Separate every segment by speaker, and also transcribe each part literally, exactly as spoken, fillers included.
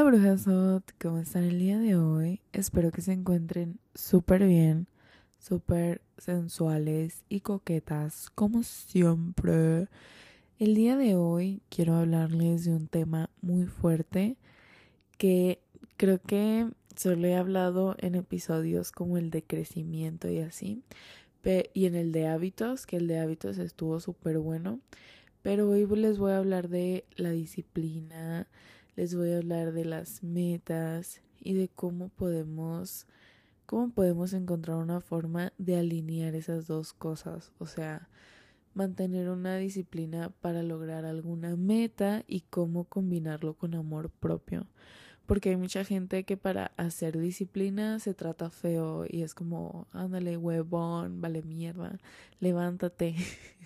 Speaker 1: brujas hot, ¿cómo están el día de hoy? Espero que se encuentren súper bien, súper sensuales y coquetas, como siempre. El día de hoy quiero hablarles de un tema muy fuerte que creo que solo he hablado en episodios como el de crecimiento y así, pe- y en el de hábitos, que el de hábitos estuvo súper bueno. Pero hoy les voy a hablar de la disciplina, les voy a hablar de las metas y de cómo podemos, cómo podemos encontrar una forma de alinear esas dos cosas. O sea, mantener una disciplina para lograr alguna meta y cómo combinarlo con amor propio. Porque hay mucha gente que para hacer disciplina se trata feo y es como, ándale, huevón, vale mierda, levántate.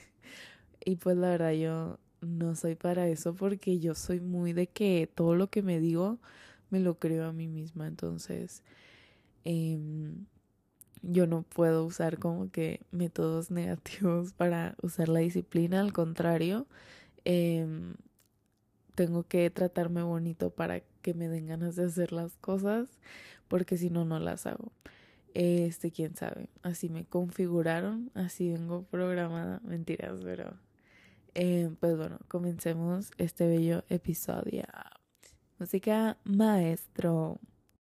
Speaker 1: Y pues la verdad yo no soy para eso porque yo soy muy de que todo lo que me digo me lo creo a mí misma. Entonces eh, yo no puedo usar como que métodos negativos para usar la disciplina. Al contrario, eh, tengo que tratarme bonito para que me den ganas de hacer las cosas porque si no, no las hago. Este, quién sabe, así me configuraron, así vengo programada, mentiras, pero Eh, pues bueno, comencemos este bello episodio. Música maestro.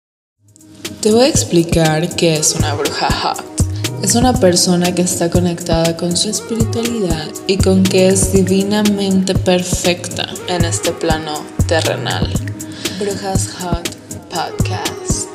Speaker 2: Te voy a explicar qué es una bruja hot. Es una persona que está conectada con su espiritualidad y con que es divinamente perfecta en este plano terrenal. Brujas Hot Podcast.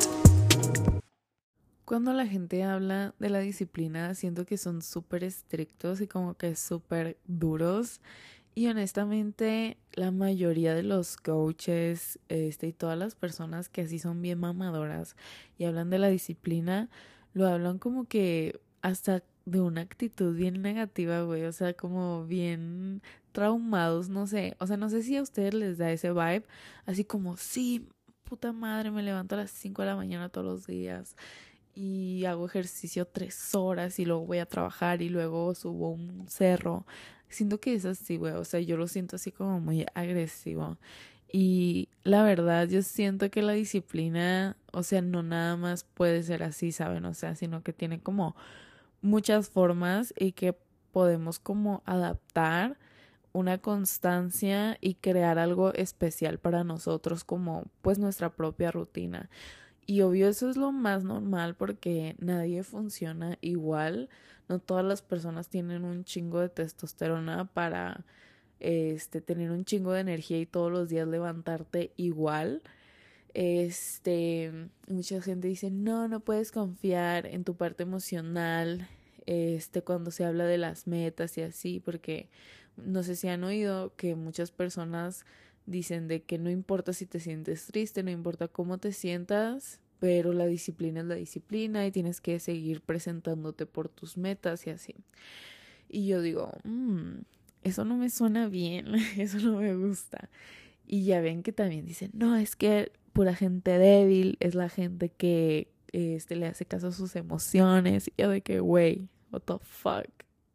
Speaker 1: Cuando la gente habla de la disciplina, siento que son súper estrictos y como que súper duros. Y honestamente, la mayoría de los coaches, este, y todas las personas que así son bien mamadoras y hablan de la disciplina, lo hablan como que hasta de una actitud bien negativa, güey. O sea, como bien traumados, no sé. O sea, no sé si a ustedes les da ese vibe, así como, sí, puta madre, me levanto a las cinco de la mañana todos los días y hago ejercicio tres horas y luego voy a trabajar y luego subo un cerro. Siento que es así, güey, o sea, yo lo siento así como muy agresivo. Y la verdad, yo siento que la disciplina, o sea, no nada más puede ser así, ¿saben? O sea, sino que tiene como muchas formas y que podemos como adaptar una constancia y crear algo especial para nosotros como pues nuestra propia rutina. Y obvio eso es lo más normal porque nadie funciona igual. No todas las personas tienen un chingo de testosterona para este tener un chingo de energía y todos los días levantarte igual. Este, mucha gente dice, "No, no puedes confiar en tu parte emocional." Este, cuando se habla de las metas y así, porque no sé si han oído que muchas personas dicen de que no importa si te sientes triste, no importa cómo te sientas, pero la disciplina es la disciplina y tienes que seguir presentándote por tus metas y así. Y yo digo, mmm, eso no me suena bien, eso no me gusta. Y ya ven que también dicen, no, es que pura gente débil es la gente que este, le hace caso a sus emociones. Y yo de que, güey, what the fuck.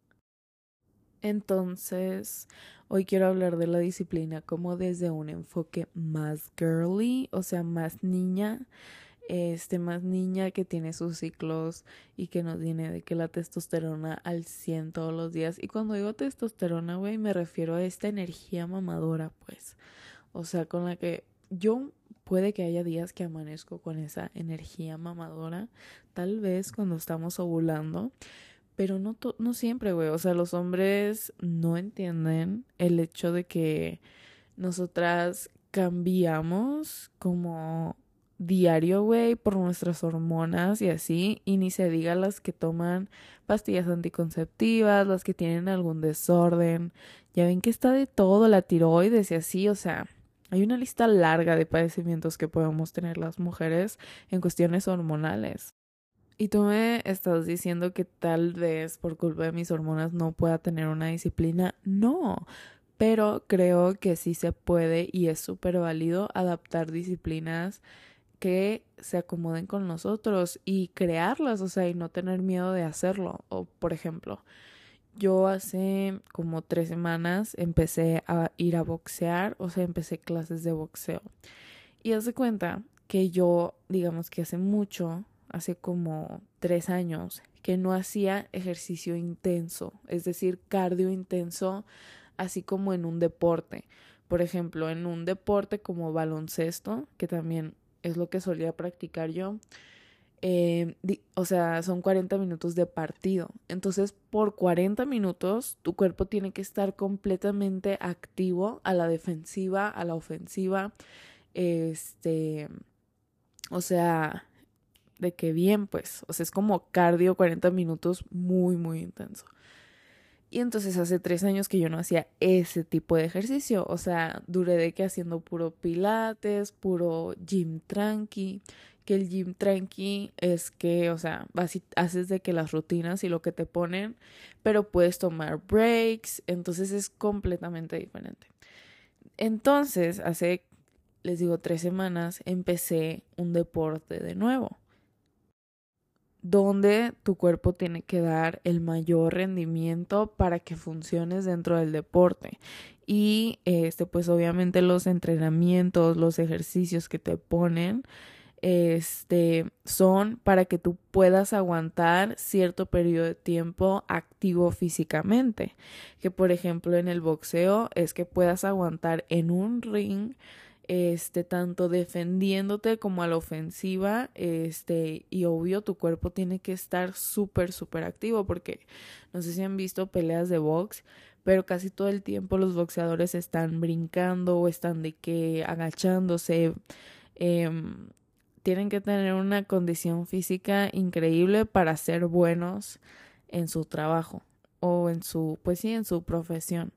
Speaker 1: Entonces, hoy quiero hablar de la disciplina como desde un enfoque más girly, o sea, más niña, este, más niña que tiene sus ciclos y que no tiene de que la testosterona al cien todos los días. Y cuando digo testosterona, güey, me refiero a esta energía mamadora, pues. O sea, con la que yo puede que haya días que amanezco con esa energía mamadora, tal vez cuando estamos ovulando. Pero no, to- no siempre, güey. O sea, los hombres no entienden el hecho de que nosotras cambiamos como diario, güey, por nuestras hormonas y así. Y ni se diga las que toman pastillas anticonceptivas, las que tienen algún desorden. Ya ven que está de todo, la tiroides y así. O sea, hay una lista larga de padecimientos que podemos tener las mujeres en cuestiones hormonales. Y tú me estás diciendo que tal vez por culpa de mis hormonas no pueda tener una disciplina. No, pero creo que sí se puede y es súper válido adaptar disciplinas que se acomoden con nosotros y crearlas, o sea, y no tener miedo de hacerlo. O, por ejemplo, yo hace como tres semanas empecé a ir a boxear, o sea, empecé clases de boxeo. Y haz de cuenta que yo, digamos que hace mucho, hace como tres años, que no hacía ejercicio intenso, es decir, cardio intenso, así como en un deporte. Por ejemplo, en un deporte como baloncesto, que también es lo que solía practicar yo, eh, di- o sea, son cuarenta minutos de partido. Entonces, por cuarenta minutos, tu cuerpo tiene que estar completamente activo a la defensiva, a la ofensiva. Este, o sea, de que bien, pues, o sea, es como cardio cuarenta minutos muy, muy intenso. Y entonces hace tres años que yo no hacía ese tipo de ejercicio. O sea, duré de que haciendo puro pilates, puro gym tranqui. Que el gym tranqui es que, o sea, vas y haces de que las rutinas y lo que te ponen, pero puedes tomar breaks. Entonces es completamente diferente. Entonces, hace, les digo, tres semanas empecé un deporte de nuevo, donde tu cuerpo tiene que dar el mayor rendimiento para que funciones dentro del deporte. Y este, pues obviamente los entrenamientos, los ejercicios que te ponen, este, son para que tú puedas aguantar cierto periodo de tiempo activo físicamente. Que por ejemplo en el boxeo es que puedas aguantar en un ring, este, tanto defendiéndote como a la ofensiva, este, y obvio tu cuerpo tiene que estar súper, súper activo, porque no sé si han visto peleas de box, pero casi todo el tiempo los boxeadores están brincando o están de que agachándose. eh, Tienen que tener una condición física increíble para ser buenos en su trabajo o en su, pues sí, en su profesión.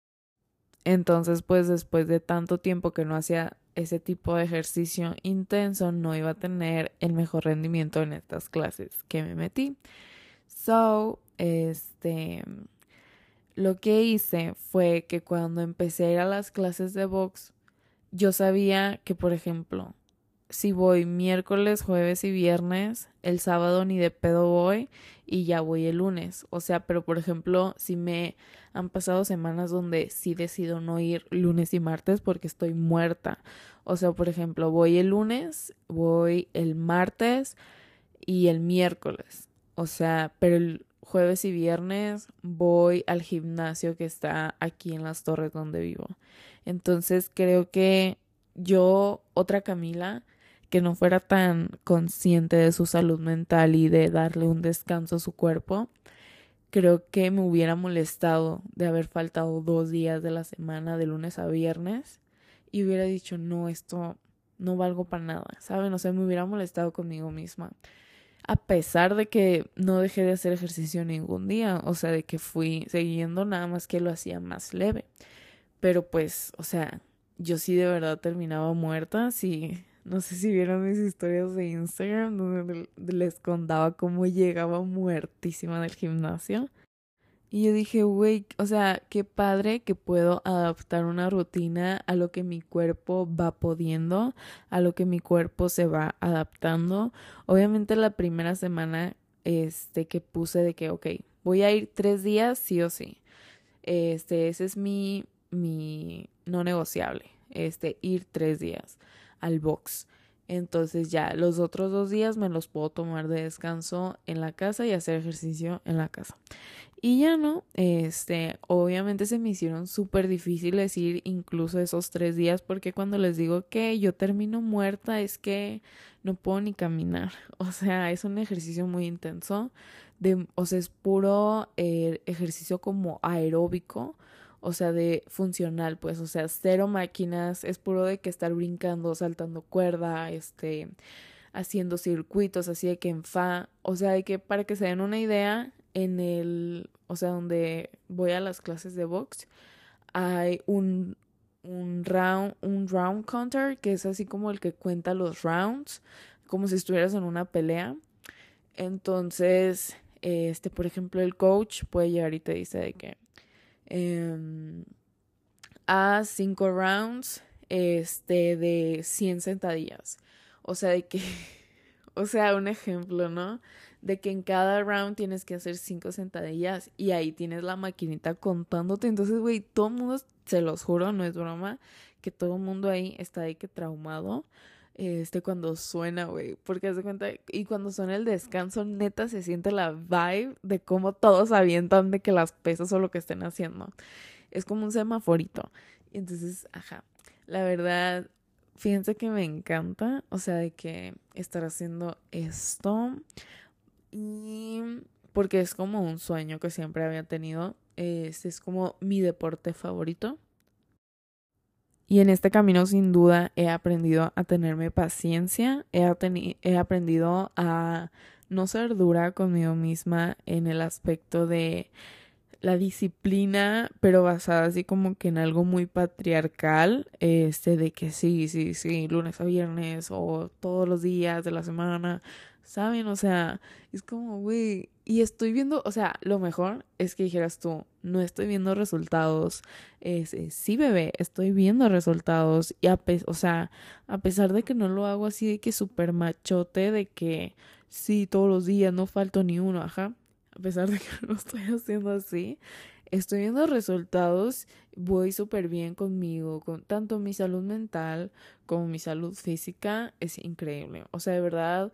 Speaker 1: Entonces, pues después de tanto tiempo que no hacía ese tipo de ejercicio intenso, no iba a tener el mejor rendimiento en estas clases que me metí. So, este, lo que hice fue que cuando empecé a ir a las clases de box, yo sabía que, por ejemplo, si voy miércoles, jueves y viernes, el sábado ni de pedo voy y ya voy el lunes. O sea, pero por ejemplo, si me han pasado semanas donde sí decido no ir lunes y martes porque estoy muerta. O sea, por ejemplo, voy el lunes, voy el martes y el miércoles. O sea, pero el jueves y viernes voy al gimnasio que está aquí en las Torres donde vivo. Entonces creo que yo, otra Camila, que no fuera tan consciente de su salud mental y de darle un descanso a su cuerpo, creo que me hubiera molestado de haber faltado dos días de la semana, de lunes a viernes, y hubiera dicho, no, esto no valgo para nada, ¿saben? O sea, me hubiera molestado conmigo misma. A pesar de que no dejé de hacer ejercicio ningún día, o sea, de que fui siguiendo, nada más que lo hacía más leve. Pero pues, o sea, yo sí de verdad terminaba muerta. Sí, no sé si vieron mis historias de Instagram donde les contaba cómo llegaba muertísima del gimnasio. Y yo dije, güey, o sea, qué padre que puedo adaptar una rutina a lo que mi cuerpo va pudiendo, a lo que mi cuerpo se va adaptando. Obviamente la primera semana, este, que puse de que, ok, voy a ir tres días sí o sí. Este, ese es mi, mi no negociable, este, ir tres días al box. Entonces ya los otros dos días me los puedo tomar de descanso en la casa y hacer ejercicio en la casa. Y ya no, este, obviamente se me hicieron súper difíciles ir incluso esos tres días porque cuando les digo que yo termino muerta es que no puedo ni caminar. O sea, es un ejercicio muy intenso, de, o sea, es puro eh, ejercicio como aeróbico, o sea, de funcional, pues, o sea, cero máquinas, es puro de que estar brincando, saltando cuerda, este, haciendo circuitos, así de que en fa, o sea, de que para que se den una idea, en el, o sea, donde voy a las clases de box, hay un, un round, un round counter, que es así como el que cuenta los rounds, como si estuvieras en una pelea. Entonces, este, por ejemplo, el coach puede llegar y te dice de que eh, a cinco rounds, este, de cien sentadillas. O sea, de que O sea, un ejemplo, ¿no? De que en cada round tienes que hacer cinco sentadillas y ahí tienes la maquinita contándote. Entonces, güey, todo el mundo, se los juro, no es broma, que todo el mundo ahí está ahí que traumado. Este, cuando suena, güey, porque haz de cuenta, y cuando suena el descanso, neta se siente la vibe de cómo todos avientan de que las pesas o lo que estén haciendo. Es como un semaforito. Y entonces, ajá, la verdad, fíjense que me encanta, o sea, de que estar haciendo esto y porque es como un sueño que siempre había tenido. Este es como mi deporte favorito. Y en este camino sin duda he aprendido a tenerme paciencia, he, ateni- he aprendido a no ser dura conmigo misma en el aspecto de la disciplina, pero basada así como que en algo muy patriarcal, este, de que sí, sí, sí, lunes a viernes o todos los días de la semana, ¿saben? O sea, es como, güey, y estoy viendo, o sea, lo mejor es que dijeras tú, no estoy viendo resultados, es, es, sí, bebé, estoy viendo resultados, y a pe- o sea, a pesar de que no lo hago así de que súper machote, de que sí, todos los días, no falto ni uno, ajá, a pesar de que no lo estoy haciendo así, estoy viendo resultados, voy súper bien conmigo, con tanto mi salud mental como mi salud física, es increíble. O sea, de verdad,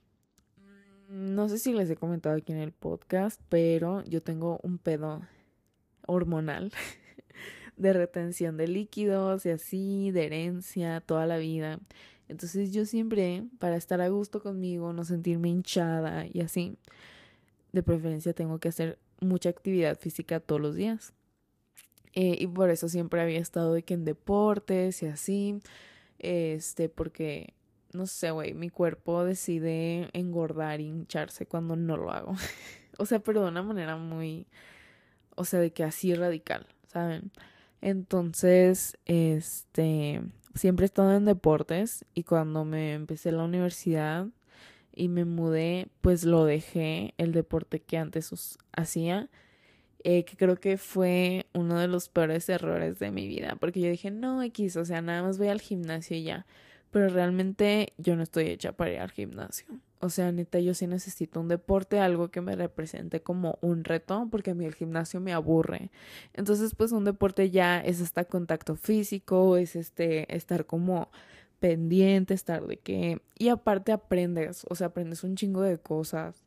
Speaker 1: no sé si les he comentado aquí en el podcast, pero yo tengo un pedo hormonal de retención de líquidos y así, de herencia, toda la vida. Entonces yo siempre, para estar a gusto conmigo, no sentirme hinchada y así, de preferencia tengo que hacer mucha actividad física todos los días. Eh, y por eso siempre había estado de que en deportes y así, este, porque, no sé, güey, mi cuerpo decide engordar y hincharse cuando no lo hago. O sea, pero de una manera muy, o sea, de que así radical, ¿saben? Entonces, este, siempre he estado en deportes y cuando me empecé la universidad y me mudé, pues lo dejé, el deporte que antes us- hacía, eh, que creo que fue uno de los peores errores de mi vida, porque yo dije, no, X, o sea, nada más voy al gimnasio y ya, pero realmente yo no estoy hecha para ir al gimnasio. O sea, neta, yo sí necesito un deporte, algo que me represente como un reto, porque a mí el gimnasio me aburre. Entonces, pues un deporte ya es hasta contacto físico, es este, estar como pendiente, estar de que... Y aparte aprendes, o sea, aprendes un chingo de cosas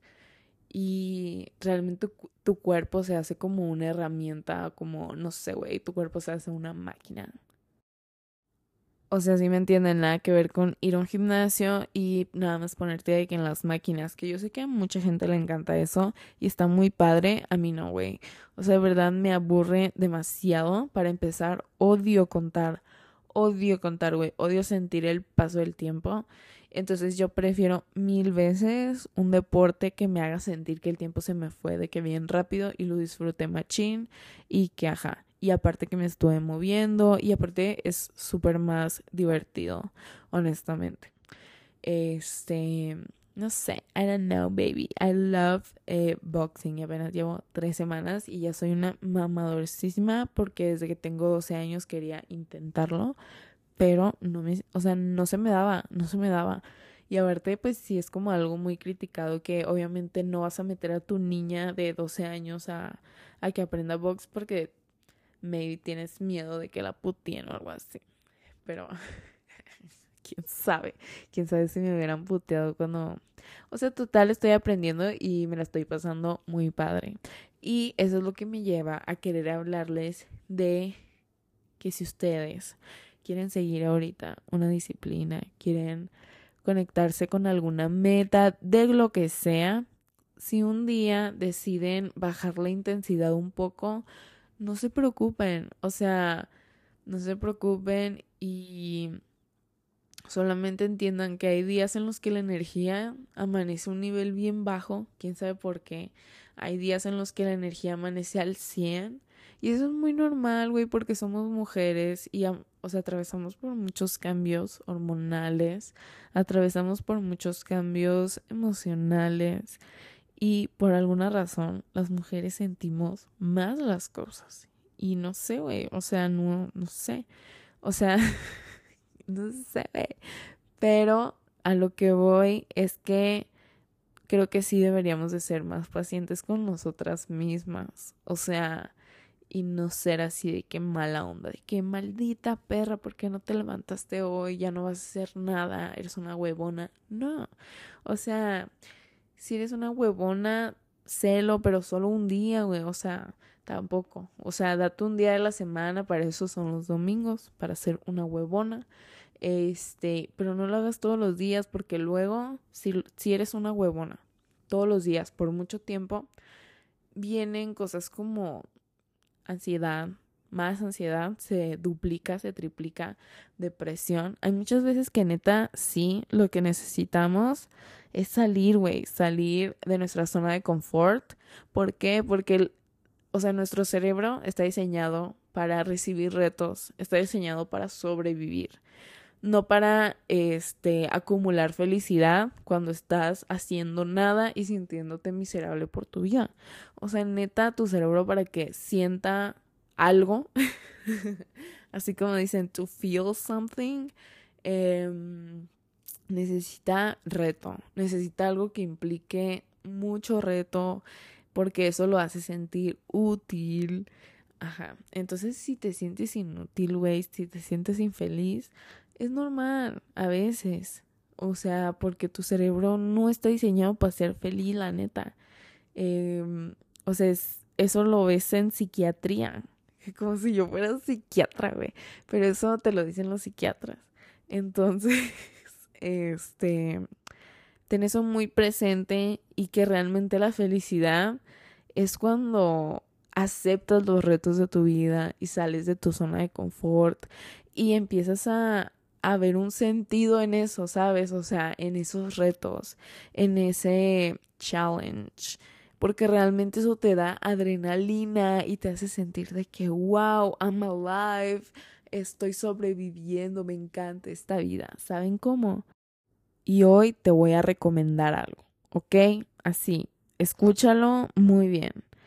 Speaker 1: y realmente tu, tu cuerpo se hace como una herramienta, como, no sé, güey, tu cuerpo se hace una máquina. O sea, sí me entienden, nada que ver con ir a un gimnasio y nada más ponerte ahí en las máquinas, que yo sé que a mucha gente le encanta eso y está muy padre, a mí no, güey. O sea, de verdad me aburre demasiado. Para empezar, odio contar, odio contar, güey, odio sentir el paso del tiempo. Entonces yo prefiero mil veces un deporte que me haga sentir que el tiempo se me fue de que bien rápido y lo disfruté machín y que ajá. Y aparte que me estuve moviendo y aparte es súper más divertido, honestamente. Este, no sé, I don't know, baby. I love eh, boxing y apenas llevo tres semanas y ya soy una mamadorcísima porque desde que tengo doce años quería intentarlo, pero no me, o sea, no se me daba, no se me daba. Y aparte, pues sí es como algo muy criticado que obviamente no vas a meter a tu niña de doce años a, a que aprenda box porque maybe tienes miedo de que la putien o algo así. Pero quién sabe, quién sabe si me hubieran puteado cuando... O sea, total, estoy aprendiendo y me la estoy pasando muy padre. Y eso es lo que me lleva a querer hablarles de que si ustedes quieren seguir ahorita una disciplina, quieren conectarse con alguna meta de lo que sea, si un día deciden bajar la intensidad un poco, no se preocupen, o sea, no se preocupen y solamente entiendan que hay días en los que la energía amanece a un nivel bien bajo, quién sabe por qué. Hay días en los que la energía amanece al cien y eso es muy normal, güey, porque somos mujeres y, o sea, atravesamos por muchos cambios hormonales, atravesamos por muchos cambios emocionales y por alguna razón las mujeres sentimos más las cosas. Y no sé, güey, o sea, no, no sé. O sea, no sé, güey. Pero a lo que voy es que creo que sí deberíamos de ser más pacientes con nosotras mismas. O sea, y no ser así de qué mala onda, de qué maldita perra, ¿por qué no te levantaste hoy? Ya no vas a hacer nada, eres una huevona. No, o sea, si eres una huevona, sélo, pero solo un día, güey, o sea, tampoco. O sea, date un día de la semana, para eso son los domingos, para ser una huevona. Este, pero no lo hagas todos los días porque luego, si, si eres una huevona, todos los días, por mucho tiempo, vienen cosas como ansiedad, más ansiedad, se duplica, se triplica, depresión. Hay muchas veces que neta, sí, lo que necesitamos es salir, güey, salir de nuestra zona de confort. ¿Por qué? Porque, el, o sea, nuestro cerebro está diseñado para recibir retos, está diseñado para sobrevivir, no para este acumular felicidad cuando estás haciendo nada y sintiéndote miserable por tu vida. O sea, neta, tu cerebro para que sienta algo, así como dicen, to feel something, eh, necesita reto, necesita algo que implique mucho reto, porque eso lo hace sentir útil. Ajá, entonces si te sientes inútil, güey, si te sientes infeliz, es normal a veces. O sea, porque tu cerebro no está diseñado para ser feliz, la neta. Eh, o sea, es, eso lo ves en psiquiatría. Como si yo fuera psiquiatra, güey. Pero eso te lo dicen los psiquiatras. Entonces, este, ten eso muy presente y que realmente la felicidad es cuando aceptas los retos de tu vida y sales de tu zona de confort y empiezas a, a ver un sentido en eso, ¿sabes? O sea, en esos retos, en ese challenge, porque realmente eso te da adrenalina y te hace sentir de que, wow, I'm alive, estoy sobreviviendo, me encanta esta vida. ¿Saben cómo? Y hoy te voy a recomendar algo, ¿ok? Así, escúchalo muy bien.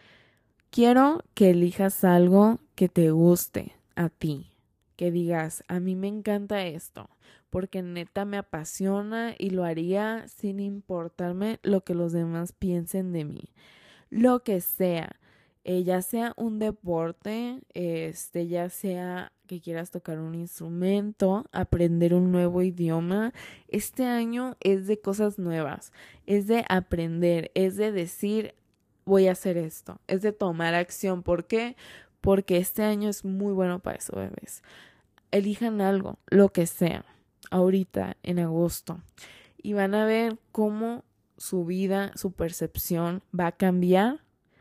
Speaker 1: Quiero que elijas algo que te guste a ti, que digas, a mí me encanta esto, porque neta me apasiona y lo haría sin importarme lo que los demás piensen de mí. Lo que sea, eh, ya sea un deporte, este, ya sea que quieras tocar un instrumento, aprender un nuevo idioma. Este año es de cosas nuevas, es de aprender, es de decir, voy a hacer esto, es de tomar acción. ¿Por qué? Porque este año es muy bueno para eso, bebés. Elijan algo, lo que sea, ahorita, en agosto, y van a ver cómo su vida, su percepción va a cambiar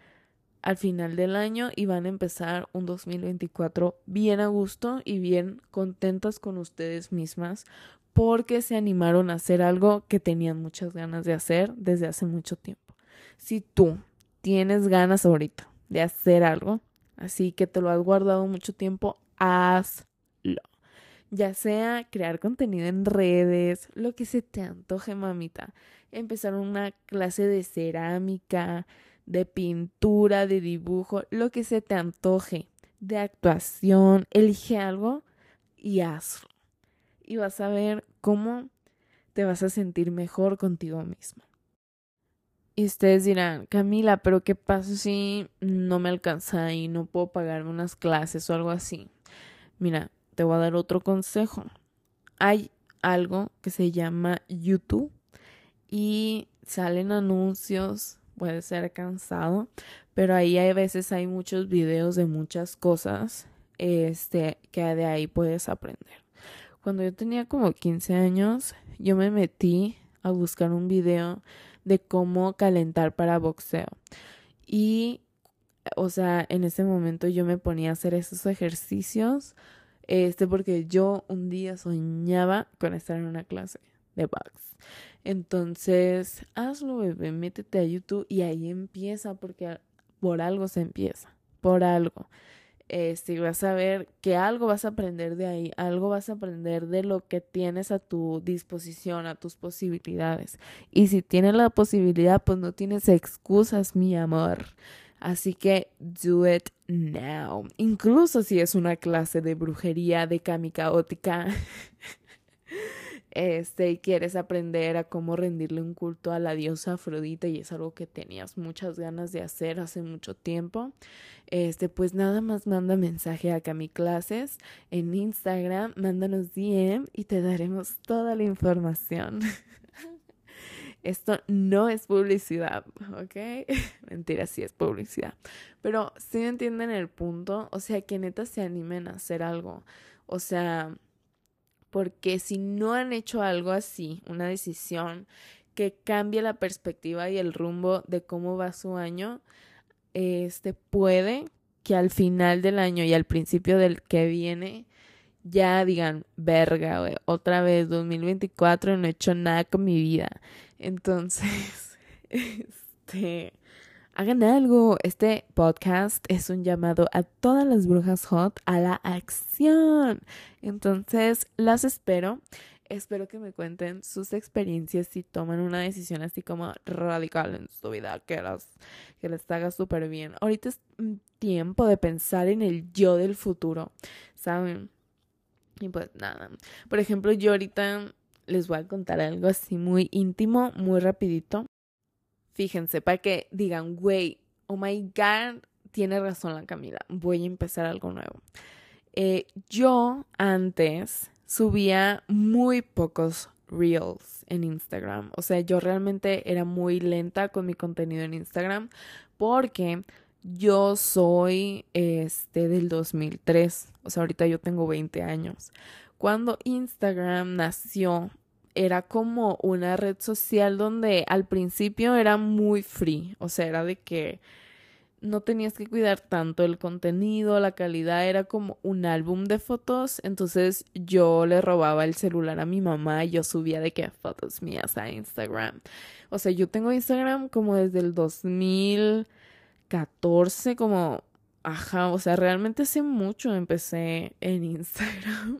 Speaker 1: al final del año y van a empezar un dos mil veinticuatro bien a gusto y bien contentas con ustedes mismas porque se animaron a hacer algo que tenían muchas ganas de hacer desde hace mucho tiempo. Si tú tienes ganas ahorita de hacer algo, así que te lo has guardado mucho tiempo, hazlo. Ya sea crear contenido en redes, lo que se te antoje, mamita. Empezar una clase de cerámica, de pintura, de dibujo, lo que se te antoje, de actuación. Elige algo y hazlo. Y vas a ver cómo te vas a sentir mejor contigo misma. Y ustedes dirán, Camila, pero ¿qué pasa si no me alcanza y no puedo pagarme unas clases o algo así? Mira, te voy a dar otro consejo. Hay algo que se llama YouTube y salen anuncios, puede ser cansado, pero ahí hay veces hay muchos videos de muchas cosas este, que de ahí puedes aprender. Cuando yo tenía como quince años, yo me metí a buscar un video de cómo calentar para boxeo. Y, o sea, en ese momento yo me ponía a hacer esos ejercicios, este, porque yo un día soñaba con estar en una clase de box. Entonces, hazlo, bebé, métete a YouTube y ahí empieza, porque por algo se empieza, por algo. Este, vas a ver que algo vas a aprender de ahí, algo vas a aprender de lo que tienes a tu disposición, a tus posibilidades. Y si tienes la posibilidad, pues no tienes excusas, mi amor. Así que do it now. Incluso si es una clase de brujería, de kami caótica. este, y quieres aprender a cómo rendirle un culto a la diosa Afrodita y es algo que tenías muchas ganas de hacer hace mucho tiempo, este, pues nada más manda mensaje acá a mi clases en Instagram, mándanos D M y te daremos toda la información. Esto no es publicidad, ¿ok? Mentira, sí es publicidad. Pero sí entienden el punto, o sea, que neta se animen a hacer algo. O sea, porque si no han hecho algo así, una decisión que cambie la perspectiva y el rumbo de cómo va su año, este puede que al final del año y al principio del que viene ya digan, verga, güey, otra vez dos mil veinticuatro no he hecho nada con mi vida. Entonces, este, hagan algo. Este podcast es un llamado a todas las brujas hot a la acción. Entonces, las espero. Espero que me cuenten sus experiencias si toman una decisión así como radical en su vida, que, las, que les haga súper bien. Ahorita es tiempo de pensar en el yo del futuro, ¿saben? Y pues nada. Por ejemplo, yo ahorita les voy a contar algo así muy íntimo, muy rapidito. Fíjense, para que digan, güey, oh my God, tiene razón la Camila, voy a empezar algo nuevo. Eh, yo antes subía muy pocos reels en Instagram. O sea, yo realmente era muy lenta con mi contenido en Instagram porque yo soy este del dos mil tres. O sea, ahorita yo tengo veinte años. Cuando Instagram nació, era como una red social donde al principio era muy free. O sea, era de que no tenías que cuidar tanto el contenido, la calidad, era como un álbum de fotos. Entonces yo le robaba el celular a mi mamá y yo subía de que fotos mías a Instagram. O sea, yo tengo Instagram como desde el dos mil catorce, como, ajá, o sea, realmente hace mucho empecé en Instagram.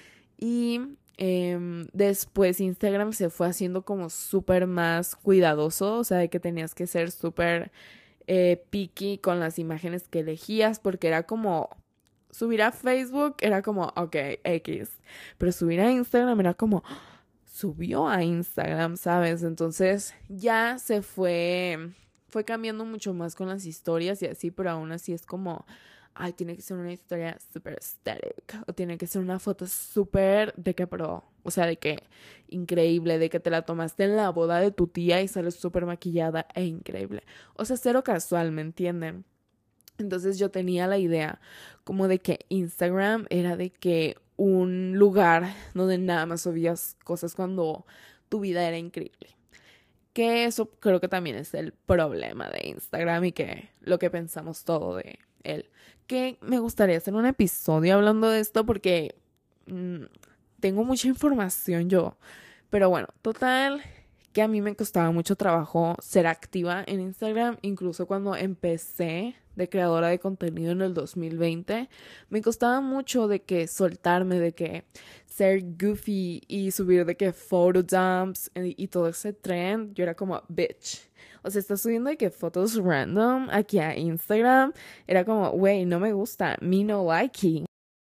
Speaker 1: Y eh, después Instagram se fue haciendo como súper más cuidadoso, o sea, de que tenías que ser súper eh, picky con las imágenes que elegías, porque era como subir a Facebook, era como, ok, X, pero subir a Instagram era como, subió a Instagram, ¿sabes? Entonces ya se fue, fue cambiando mucho más con las historias y así, pero aún así es como, ay, tiene que ser una historia súper aesthetic, o tiene que ser una foto súper de que pro, o sea, de que increíble, de que te la tomaste en la boda de tu tía y sales súper maquillada e increíble. O sea, cero casual, ¿me entienden? Entonces yo tenía la idea como de que Instagram era de que un lugar donde nada más subías cosas cuando tu vida era increíble. Que eso creo que también es el problema de Instagram y que lo que pensamos todo de él. Que me gustaría hacer un episodio hablando de esto porque mmm, tengo mucha información yo. Pero bueno, total, que a mí me costaba mucho trabajo ser activa en Instagram. Incluso cuando empecé de creadora de contenido en el dos mil veinte, me costaba mucho de que soltarme, de que ser goofy y subir de que photo dumps y, y todo ese trend. Yo era como, bitch, o sea, estás subiendo de que fotos random aquí a Instagram. Era como, güey, no me gusta, me no likey.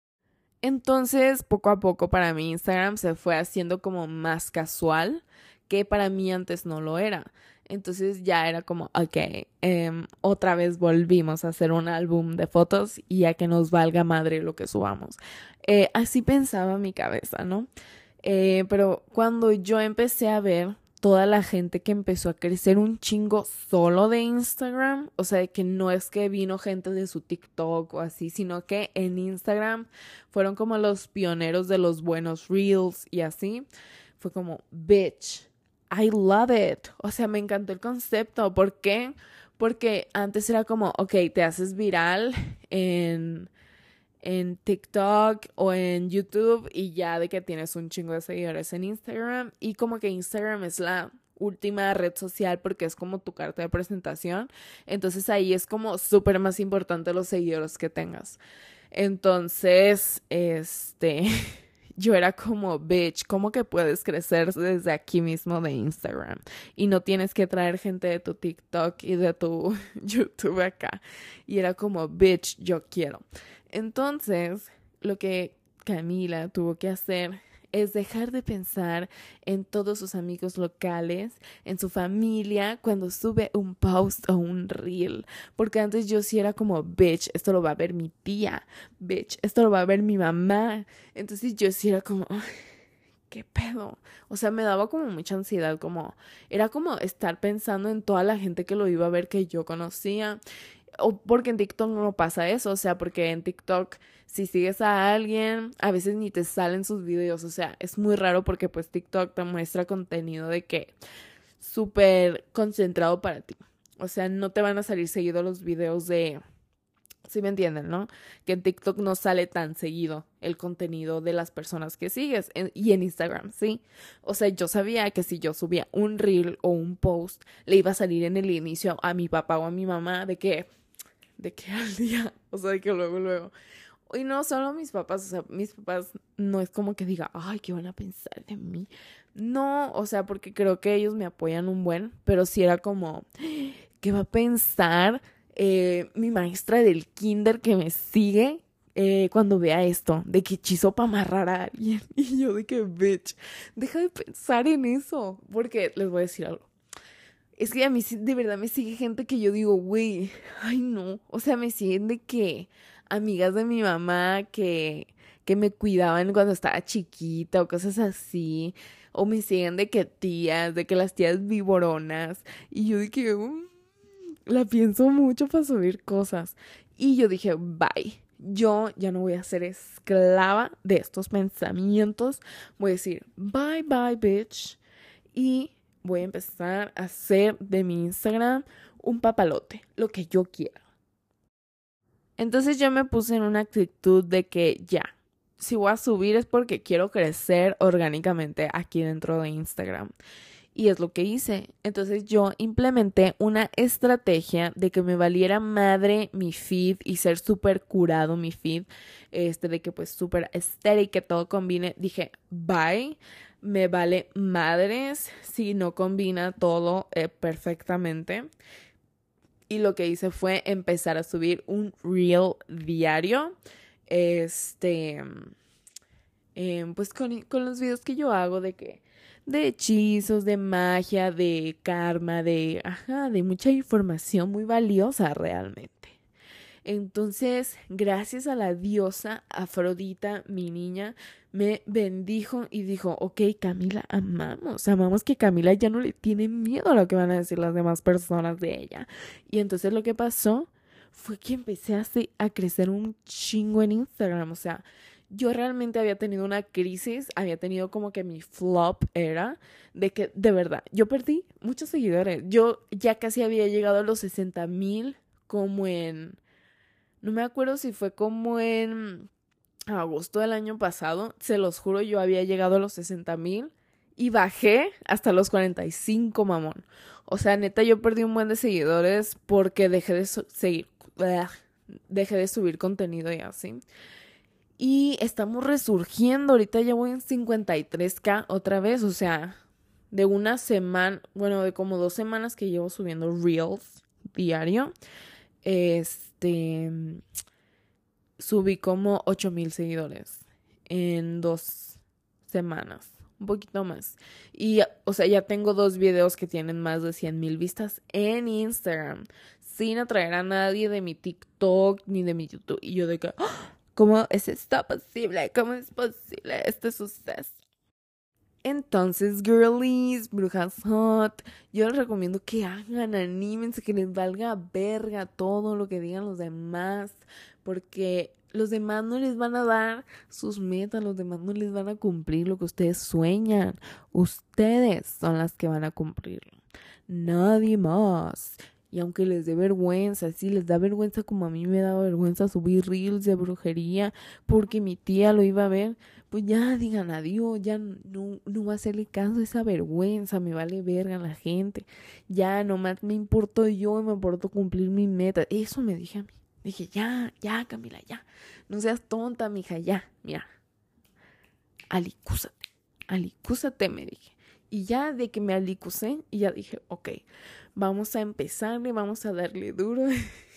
Speaker 1: Entonces, poco a poco para mí Instagram se fue haciendo como más casual, que para mí antes no lo era. Entonces ya era como, ok, eh, otra vez volvimos a hacer un álbum de fotos y a que nos valga madre lo que subamos. Eh, así pensaba mi cabeza, ¿no? Eh, pero cuando yo empecé a ver toda la gente que empezó a crecer un chingo solo de Instagram, o sea, que no es que vino gente de su TikTok o así, sino que en Instagram fueron como los pioneros de los buenos reels y así, fue como, bitch, I love it. O sea, me encantó el concepto. ¿Por qué? Porque antes era como, ok, te haces viral en, en TikTok o en YouTube y ya de que tienes un chingo de seguidores en Instagram. Y como que Instagram es la última red social porque es como tu carta de presentación. Entonces ahí es como súper más importante los seguidores que tengas. Entonces, este... yo era como, bitch, ¿cómo que puedes crecer desde aquí mismo de Instagram? Y no tienes que traer gente de tu TikTok y de tu YouTube acá. Y era como, bitch, yo quiero. Entonces, lo que Camila tuvo que hacer es dejar de pensar en todos sus amigos locales, en su familia, cuando sube un post o un reel. Porque antes yo sí era como, bitch, esto lo va a ver mi tía, bitch, esto lo va a ver mi mamá. Entonces yo sí era como, ¿qué pedo? O sea, me daba como mucha ansiedad, como, era como estar pensando en toda la gente que lo iba a ver que yo conocía. O porque en TikTok no pasa eso, o sea, porque en TikTok si sigues a alguien, a veces ni te salen sus videos, o sea, es muy raro porque pues TikTok te muestra contenido de que súper concentrado para ti. O sea, no te van a salir seguido los videos de... ¿Sí me entienden, no? Que en TikTok no sale tan seguido el contenido de las personas que sigues. En, y en Instagram, ¿sí? O sea, yo sabía que si yo subía un reel o un post, le iba a salir en el inicio a mi papá o a mi mamá de que... De que al día, o sea, de que luego, luego. Y no solo mis papás, o sea, mis papás no es como que diga, ay, ¿qué van a pensar de mí? No, o sea, porque creo que ellos me apoyan un buen, pero sí era como, ¿qué va a pensar eh, mi maestra del kinder que me sigue eh, cuando vea esto? De que hechizo para amarrar a alguien. Y yo de que, bitch, deja de pensar en eso. Porque les voy a decir algo. Es que a mí de verdad me sigue gente que yo digo, güey, ay no. O sea, me siguen de que amigas de mi mamá que, que me cuidaban cuando estaba chiquita o cosas así. O me siguen de que tías, de que las tías viboronas. Y yo de que um, la pienso mucho para subir cosas. Y yo dije, bye. Yo ya no voy a ser esclava de estos pensamientos. Voy a decir, bye, bye, bitch. Y voy a empezar a hacer de mi Instagram un papalote, lo que yo quiera. Entonces yo me puse en una actitud de que ya, si voy a subir es porque quiero crecer orgánicamente aquí dentro de Instagram. Y es lo que hice. Entonces yo implementé una estrategia de que me valiera madre mi feed y ser súper curado mi feed. Este, de que pues súper estético, que todo combine. Dije, bye. Me vale madres si no combina todo eh, perfectamente. Y lo que hice fue empezar a subir un reel diario. Este, eh, pues con, con los videos que yo hago de que, de hechizos, de magia, de karma, de, ajá, de mucha información muy valiosa realmente. Entonces, gracias a la diosa Afrodita, mi niña, me bendijo y dijo, ok, Camila, amamos, amamos que Camila ya no le tiene miedo a lo que van a decir las demás personas de ella. Y entonces lo que pasó fue que empecé a, hacer, a crecer un chingo en Instagram, o sea, yo realmente había tenido una crisis, había tenido como que mi flop era de que, de verdad, yo perdí muchos seguidores. Yo ya casi había llegado a los sesenta mil como en... No me acuerdo si fue como en agosto del año pasado. Se los juro, yo había llegado a los sesenta mil y bajé hasta los cuarenta y cinco, mamón. O sea, neta, yo perdí un buen de seguidores porque dejé de su- seguir, ugh, dejé de subir contenido y así. Y estamos resurgiendo. Ahorita ya voy en cincuenta y tres mil otra vez. O sea, de una semana, bueno, de como dos semanas que llevo subiendo reels diario. Este, subí como ocho mil seguidores en dos semanas, un poquito más. Y, o sea, ya tengo dos videos que tienen más de cien mil vistas en Instagram, sin atraer a nadie de mi TikTok ni de mi YouTube. Y yo de que, ¿cómo es esto posible? ¿Cómo es posible este suceso? Entonces, girlies, brujas hot, yo les recomiendo que hagan, anímense, que les valga verga todo lo que digan los demás, porque los demás no les van a dar sus metas, los demás no les van a cumplir lo que ustedes sueñan, ustedes son las que van a cumplirlo, nadie más. Y aunque les dé vergüenza, sí, les da vergüenza como a mí me da vergüenza subir reels de brujería porque mi tía lo iba a ver, pues ya digan adiós, ya no, no va a hacerle caso a esa vergüenza, me vale verga la gente, ya nomás me importo yo y me importo cumplir mi meta. Eso me dije a mí, dije ya, ya Camila, ya, no seas tonta mija, ya, mira, alicúzate, alicúzate me dije. Y ya de que me alicusé y ya dije, ok, vamos a empezarle, vamos a darle duro.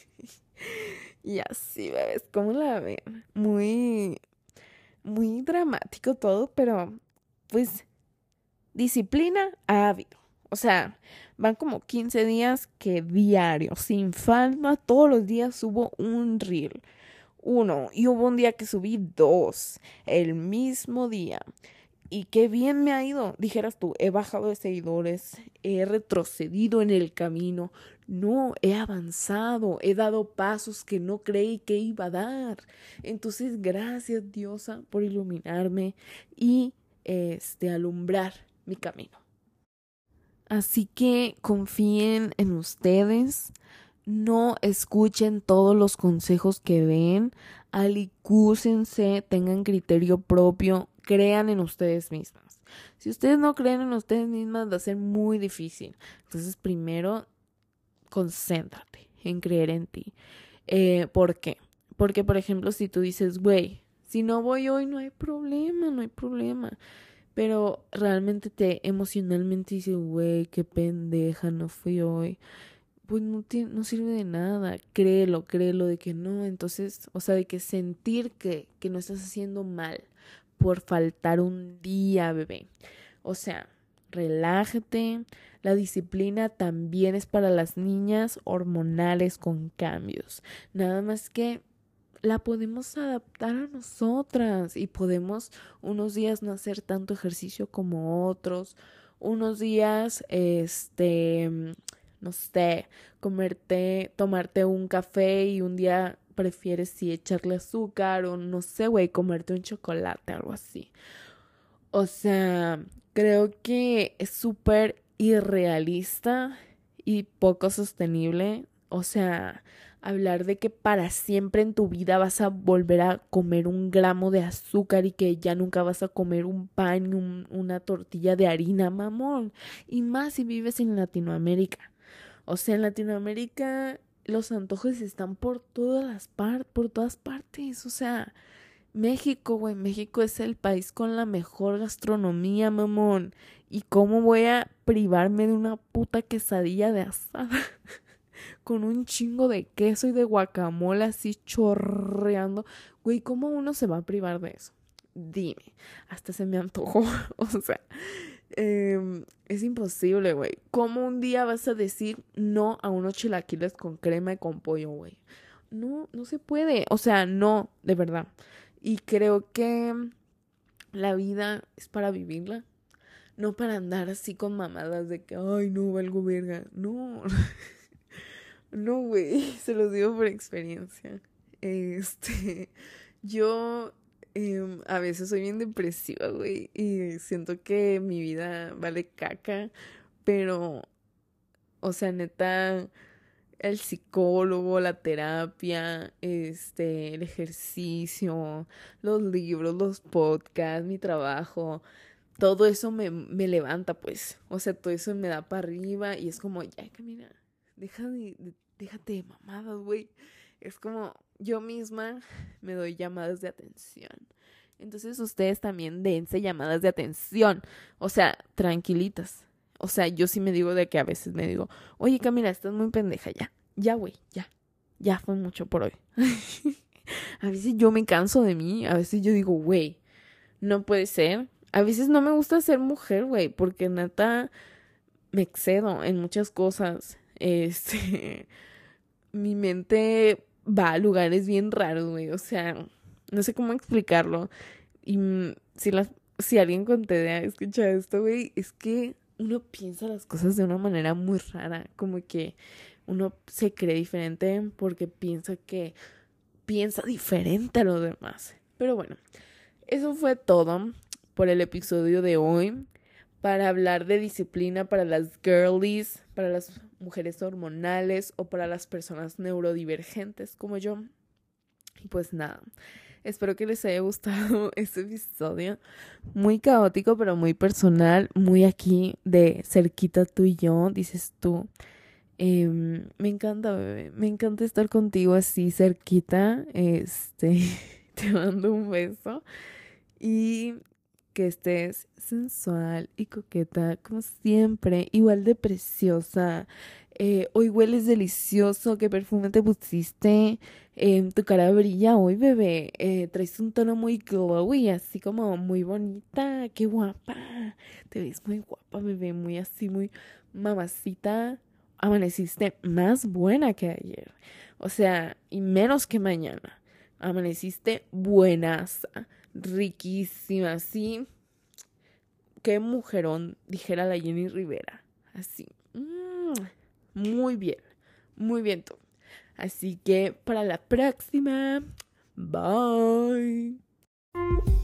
Speaker 1: Y así, bebés, ¿cómo la ven? Muy, muy dramático todo, pero pues disciplina ha habido. O sea, van como quince días que diario, sin falta, todos los días subo un reel. Uno, y hubo un día que subí dos, el mismo día. Y qué bien me ha ido. Dijeras tú, he bajado de seguidores, he retrocedido en el camino. No, he avanzado, he dado pasos que no creí que iba a dar. Entonces, gracias, Diosa, por iluminarme y este alumbrar mi camino. Así que confíen en ustedes, no escuchen todos los consejos que ven, alicúcense, tengan criterio propio, crean en ustedes mismas. Si ustedes no creen en ustedes mismas, va a ser muy difícil. Entonces, primero, concéntrate en creer en ti. Eh, ¿por qué? Porque, por ejemplo, si tú dices, güey, si no voy hoy, no hay problema, no hay problema. Pero realmente te emocionalmente dices, güey, qué pendeja, no fui hoy. Pues no, tiene, no sirve de nada. Créelo, créelo de que no. Entonces, o sea, de que sentir que, que no estás haciendo mal por faltar un día, bebé. O sea, relájate. La disciplina también es para las niñas hormonales con cambios. Nada más que la podemos adaptar a nosotras y podemos unos días no hacer tanto ejercicio como otros, unos días, este, no sé, comerte, tomarte un café y un día prefieres sí echarle azúcar o no sé, güey, comerte un chocolate, algo así. O sea, creo que es súper irrealista y poco sostenible. O sea, hablar de que para siempre en tu vida vas a volver a comer un gramo de azúcar y que ya nunca vas a comer un pan, un, una tortilla de harina, mamón. Y más si vives en Latinoamérica. O sea, en Latinoamérica los antojos están por todas las partes, por todas partes. O sea, México, güey, México es el país con la mejor gastronomía, mamón. ¿Y cómo voy a privarme de una puta quesadilla de asada? Con un chingo de queso y de guacamole así chorreando. Güey, ¿cómo uno se va a privar de eso? Dime, hasta se me antojó. O sea, eh, es imposible, güey. ¿Cómo un día vas a decir no a unos chilaquiles con crema y con pollo, güey? No, no se puede. O sea, no, de verdad. Y creo que la vida es para vivirla. No para andar así con mamadas de que, ay, no, valgo verga. No. No, güey, se los digo por experiencia. Este, yo eh, a veces soy bien depresiva, güey, y siento que mi vida vale caca, pero, o sea, neta, el psicólogo, la terapia, este, el ejercicio, los libros, los podcasts, mi trabajo, todo eso me, me levanta, pues, o sea, todo eso me da para arriba y es como, ya, camina. Deja de, de, déjate de mamadas, güey. Es como yo misma me doy llamadas de atención. Entonces ustedes también dense llamadas de atención. O sea, tranquilitas. O sea, yo sí me digo de que a veces me digo, oye, Camila, estás muy pendeja, ya. Ya, güey, ya. Ya fue mucho por hoy. A veces yo me canso de mí. A veces yo digo, güey, no puede ser. A veces no me gusta ser mujer, güey, porque neta me excedo en muchas cosas. Este, mi mente va a lugares bien raros, güey, o sea, no sé cómo explicarlo. Y mm, si las, si alguien con T D A escucha esto, güey, es que uno piensa las cosas de una manera muy rara, como que uno se cree diferente porque piensa que piensa diferente a los demás. Pero bueno, eso fue todo por el episodio de hoy. Para hablar de disciplina para las girlies, para las mujeres hormonales o para las personas neurodivergentes como yo. Y pues nada, espero que les haya gustado este episodio. Muy caótico, pero muy personal, muy aquí de cerquita tú y yo, dices tú. Eh, me encanta, bebé, me encanta estar contigo así cerquita. Este, te mando un beso y que estés sensual y coqueta como siempre, igual de preciosa, Eh, hoy hueles delicioso. ¿Qué perfume te pusiste? Eh, tu cara brilla hoy, bebé. Eh, traes un tono muy glowy, así como muy bonita. Qué guapa. Te ves muy guapa, bebé. Muy así, muy mamacita. Amaneciste más buena que ayer. O sea, y menos que mañana. Amaneciste buenas, riquísima, sí. Qué mujerón, dijera la Jenny Rivera. Así. Mm, muy bien, muy bien tú. Así que para la próxima, bye.